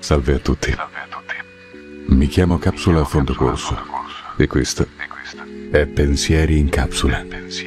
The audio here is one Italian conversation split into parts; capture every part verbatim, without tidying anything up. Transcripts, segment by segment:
Salve a tutti. Mi chiamo Capsula a fondo corso e questo è Pensieri in Capsula.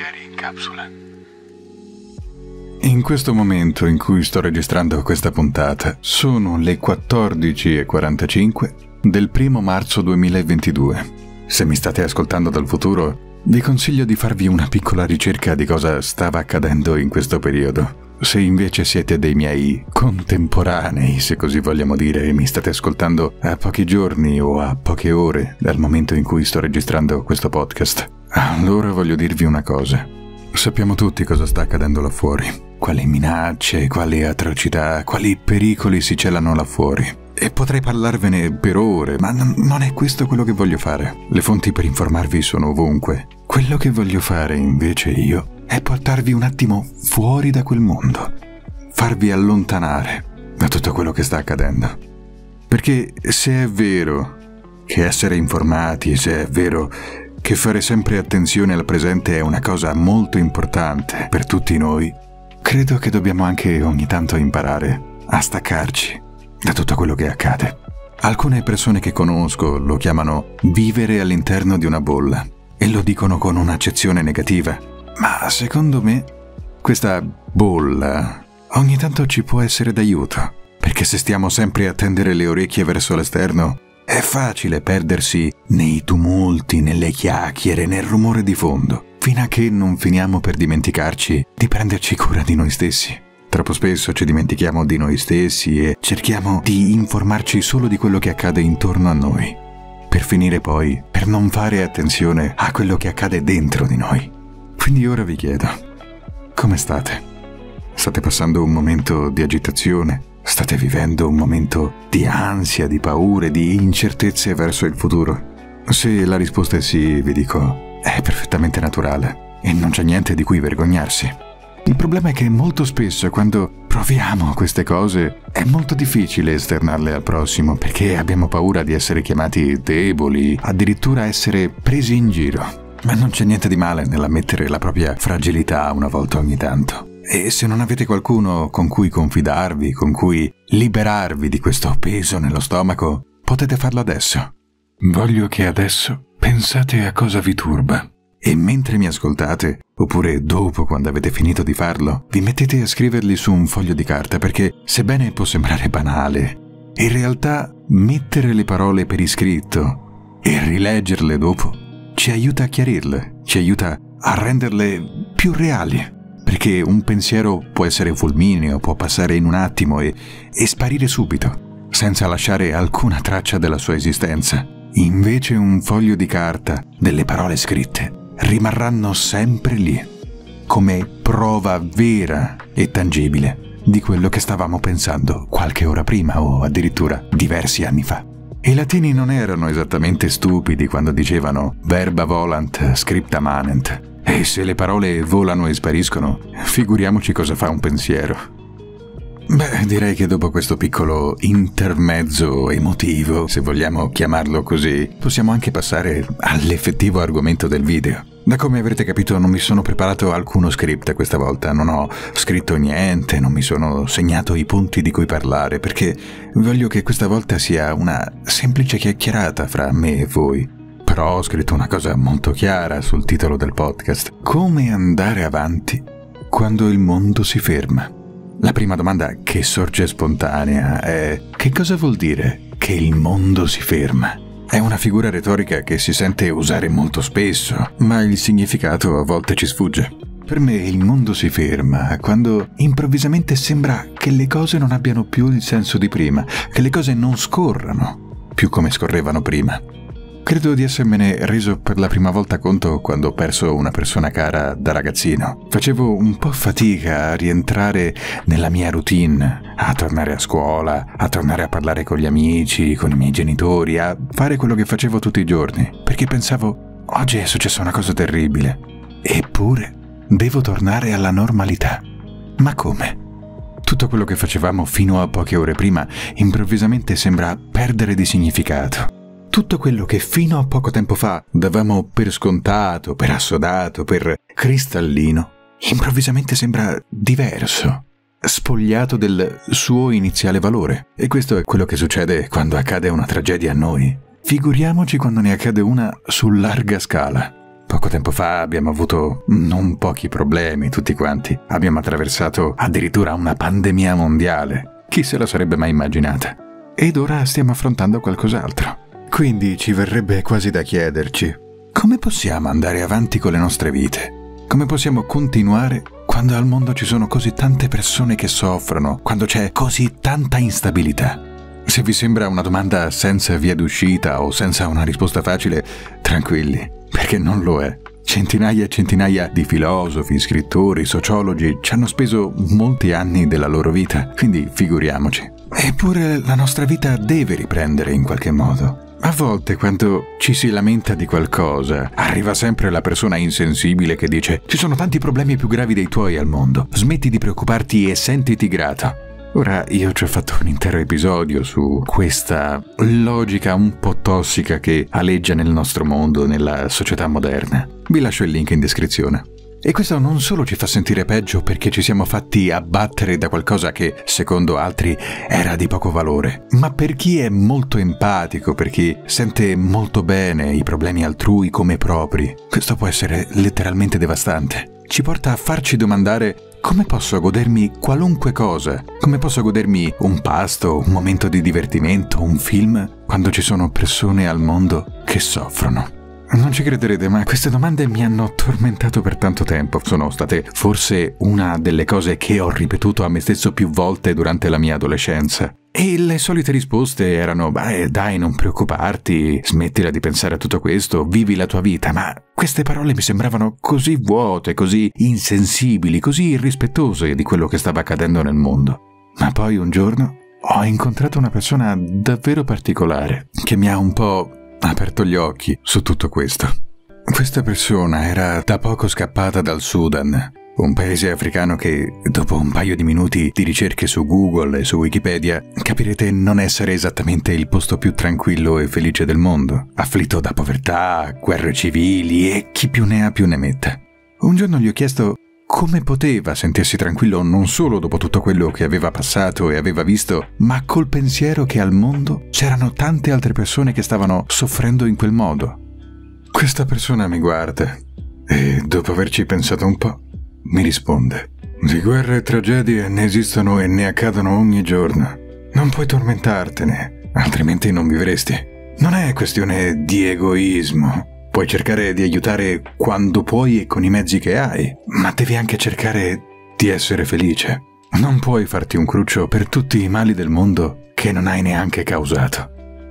In questo momento in cui sto registrando questa puntata sono le quattordici e quarantacinque del primo marzo duemilaventidue. Se mi state ascoltando dal futuro, vi consiglio di farvi una piccola ricerca di cosa stava accadendo in questo periodo. Se invece siete dei miei contemporanei, se così vogliamo dire, e mi state ascoltando a pochi giorni o a poche ore dal momento in cui sto registrando questo podcast, allora voglio dirvi una cosa. Sappiamo tutti cosa sta accadendo là fuori, quali minacce, quali atrocità, quali pericoli si celano là fuori. E potrei parlarvene per ore, ma n- non è questo quello che voglio fare. Le fonti per informarvi sono ovunque. Quello che voglio fare invece io è portarvi un attimo fuori da quel mondo, farvi allontanare da tutto quello che sta accadendo. Perché se è vero che essere informati, se è vero che fare sempre attenzione al presente è una cosa molto importante per tutti noi, credo che dobbiamo anche ogni tanto imparare a staccarci da tutto quello che accade. Alcune persone che conosco lo chiamano vivere all'interno di una bolla e lo dicono con un'accezione negativa. Ma secondo me questa bolla ogni tanto ci può essere d'aiuto, perché se stiamo sempre a tendere le orecchie verso l'esterno è facile perdersi nei tumulti, nelle chiacchiere, nel rumore di fondo, fino a che non finiamo per dimenticarci di prenderci cura di noi stessi. Troppo spesso ci dimentichiamo di noi stessi e cerchiamo di informarci solo di quello che accade intorno a noi, per finire poi per non fare attenzione a quello che accade dentro di noi. Quindi ora vi chiedo, come state? State passando un momento di agitazione? State vivendo un momento di ansia, di paure, di incertezze verso il futuro? Se la risposta è sì, vi dico, è perfettamente naturale e non c'è niente di cui vergognarsi. Il problema è che molto spesso quando proviamo queste cose è molto difficile esternarle al prossimo, perché abbiamo paura di essere chiamati deboli, addirittura essere presi in giro. Ma non c'è niente di male nell'ammettere la propria fragilità una volta ogni tanto. E se non avete qualcuno con cui confidarvi, con cui liberarvi di questo peso nello stomaco, potete farlo adesso. Voglio che adesso pensate a cosa vi turba. E mentre mi ascoltate, oppure dopo quando avete finito di farlo, vi mettete a scriverli su un foglio di carta, perché sebbene può sembrare banale, in realtà mettere le parole per iscritto e rileggerle dopo ci aiuta a chiarirle, ci aiuta a renderle più reali, perché un pensiero può essere fulmineo, può passare in un attimo e, e sparire subito, senza lasciare alcuna traccia della sua esistenza. Invece un foglio di carta, delle parole scritte, rimarranno sempre lì, come prova vera e tangibile di quello che stavamo pensando qualche ora prima o addirittura diversi anni fa. I latini non erano esattamente stupidi quando dicevano verba volant scripta manent, e se le parole volano e spariscono, figuriamoci cosa fa un pensiero. Beh, direi che dopo questo piccolo intermezzo emotivo, se vogliamo chiamarlo così, possiamo anche passare all'effettivo argomento del video. Da come avrete capito non mi sono preparato alcuno script questa volta, non ho scritto niente, non mi sono segnato i punti di cui parlare, perché voglio che questa volta sia una semplice chiacchierata fra me e voi. Però ho scritto una cosa molto chiara sul titolo del podcast: come andare avanti quando il mondo si ferma. La prima domanda che sorge spontanea è: che cosa vuol dire che il mondo si ferma? È una figura retorica che si sente usare molto spesso, ma il significato a volte ci sfugge. Per me il mondo si ferma quando improvvisamente sembra che le cose non abbiano più il senso di prima, che le cose non scorrano più come scorrevano prima. Credo di essermene reso per la prima volta conto quando ho perso una persona cara da ragazzino. Facevo un po' fatica a rientrare nella mia routine, a tornare a scuola, a tornare a parlare con gli amici, con i miei genitori, a fare quello che facevo tutti i giorni, perché pensavo, oggi è successa una cosa terribile, eppure devo tornare alla normalità. Ma come? Tutto quello che facevamo fino a poche ore prima improvvisamente sembra perdere di significato. Tutto quello che fino a poco tempo fa davamo per scontato, per assodato, per cristallino, improvvisamente sembra diverso. spogliato del suo iniziale valore. E questo è quello che succede quando accade una tragedia a noi. Figuriamoci quando ne accade una su larga scala. Poco tempo fa abbiamo avuto non pochi problemi tutti quanti. Abbiamo attraversato addirittura una pandemia mondiale. Chi se la sarebbe mai immaginata? Ed ora stiamo affrontando qualcos'altro. Quindi ci verrebbe quasi da chiederci: come possiamo andare avanti con le nostre vite? Come possiamo continuare quando al mondo ci sono così tante persone che soffrono, quando c'è così tanta instabilità? Se vi sembra una domanda senza via d'uscita o senza una risposta facile, tranquilli, perché non lo è. Centinaia e centinaia di filosofi, scrittori, sociologi ci hanno speso molti anni della loro vita, quindi figuriamoci. Eppure la nostra vita deve riprendere in qualche modo. A volte, quando ci si lamenta di qualcosa, arriva sempre la persona insensibile che dice: ci sono tanti problemi più gravi dei tuoi al mondo, smetti di preoccuparti e sentiti grato. Ora, io ci ho fatto un intero episodio su questa logica un po' tossica che aleggia nel nostro mondo, nella società moderna. Vi lascio il link in descrizione. E questo non solo ci fa sentire peggio perché ci siamo fatti abbattere da qualcosa che, secondo altri, era di poco valore, ma per chi è molto empatico, per chi sente molto bene i problemi altrui come propri, questo può essere letteralmente devastante. Ci porta a farci domandare: come posso godermi qualunque cosa? Come posso godermi un pasto, un momento di divertimento, un film, quando ci sono persone al mondo che soffrono? Non ci crederete, ma queste domande mi hanno tormentato per tanto tempo. Sono state forse una delle cose che ho ripetuto a me stesso più volte durante la mia adolescenza. E le solite risposte erano: beh, dai, non preoccuparti, smettila di pensare a tutto questo, vivi la tua vita. Ma queste parole mi sembravano così vuote, così insensibili, così irrispettose di quello che stava accadendo nel mondo. Ma poi un giorno ho incontrato una persona davvero particolare che mi ha un po' aperto gli occhi su tutto questo. Questa persona era da poco scappata dal Sudan, un paese africano che, dopo un paio di minuti di ricerche su Google e su Wikipedia, capirete non essere esattamente il posto più tranquillo e felice del mondo, afflitto da povertà, guerre civili e chi più ne ha più ne metta. Un giorno gli ho chiesto come poteva sentirsi tranquillo non solo dopo tutto quello che aveva passato e aveva visto, ma col pensiero che al mondo c'erano tante altre persone che stavano soffrendo in quel modo. Questa persona mi guarda e, dopo averci pensato un po', mi risponde: di guerre e tragedie ne esistono e ne accadono ogni giorno. Non puoi tormentartene, altrimenti non vivresti. Non è questione di egoismo. Puoi cercare di aiutare quando puoi e con i mezzi che hai, ma devi anche cercare di essere felice. Non puoi farti un cruccio per tutti i mali del mondo che non hai neanche causato.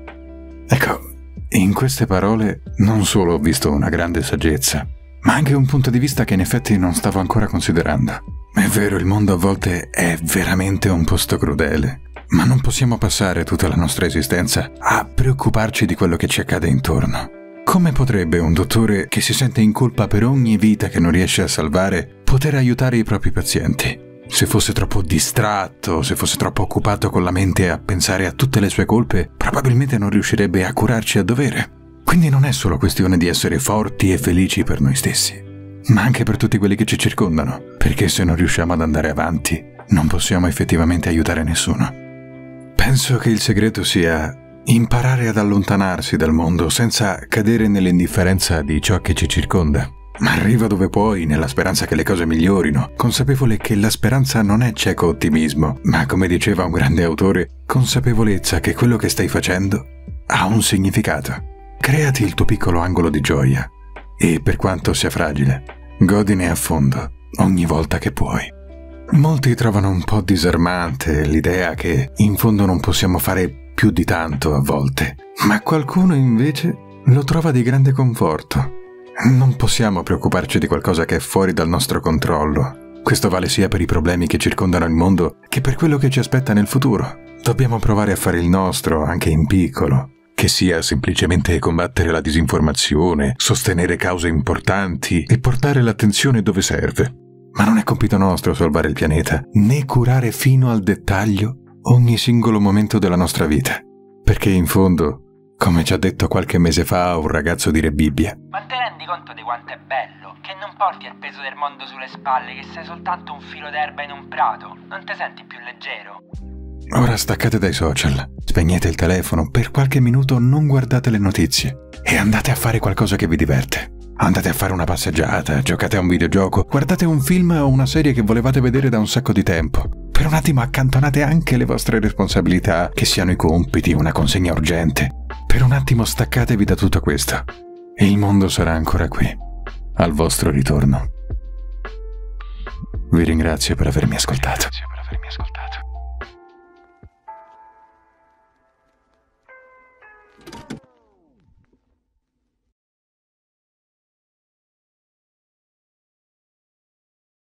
Ecco, in queste parole non solo ho visto una grande saggezza, ma anche un punto di vista che in effetti non stavo ancora considerando. È vero, il mondo a volte è veramente un posto crudele, ma non possiamo passare tutta la nostra esistenza a preoccuparci di quello che ci accade intorno. Come potrebbe un dottore che si sente in colpa per ogni vita che non riesce a salvare poter aiutare i propri pazienti? Se fosse troppo distratto, se fosse troppo occupato con la mente a pensare a tutte le sue colpe, probabilmente non riuscirebbe a curarci a dovere. Quindi non è solo questione di essere forti e felici per noi stessi, ma anche per tutti quelli che ci circondano, perché se non riusciamo ad andare avanti, non possiamo effettivamente aiutare nessuno. Penso che il segreto sia imparare ad allontanarsi dal mondo senza cadere nell'indifferenza di ciò che ci circonda. Ma arriva dove puoi, nella speranza che le cose migliorino, consapevole che la speranza non è cieco ottimismo, ma, come diceva un grande autore, consapevolezza che quello che stai facendo ha un significato. Creati il tuo piccolo angolo di gioia e, per quanto sia fragile, godine a fondo ogni volta che puoi. Molti trovano un po' disarmante l'idea che in fondo non possiamo fare più di tanto a volte, ma qualcuno invece lo trova di grande conforto. Non possiamo preoccuparci di qualcosa che è fuori dal nostro controllo. Questo vale sia per i problemi che circondano il mondo che per quello che ci aspetta nel futuro. Dobbiamo provare a fare il nostro, anche in piccolo, che sia semplicemente combattere la disinformazione, sostenere cause importanti e portare l'attenzione dove serve. Ma non è compito nostro salvare il pianeta, né curare fino al dettaglio ogni singolo momento della nostra vita, perché in fondo Come ci ha detto qualche mese fa un ragazzo di Rebibbia. Ma te rendi conto di quanto è bello? Che non porti il peso del mondo sulle spalle, che sei soltanto un filo d'erba in un prato. Non ti senti più leggero? Ora staccate dai social, spegnete il telefono, per qualche minuto non guardate le notizie e andate a fare qualcosa che vi diverte. Andate a fare una passeggiata, giocate a un videogioco, guardate un film o una serie che volevate vedere da un sacco di tempo. Per un attimo accantonate anche le vostre responsabilità, che siano i compiti, una consegna urgente. Per un attimo staccatevi da tutto questo. E il mondo sarà ancora qui, al vostro ritorno. Vi ringrazio per avermi ascoltato. Grazie per avermi ascoltato.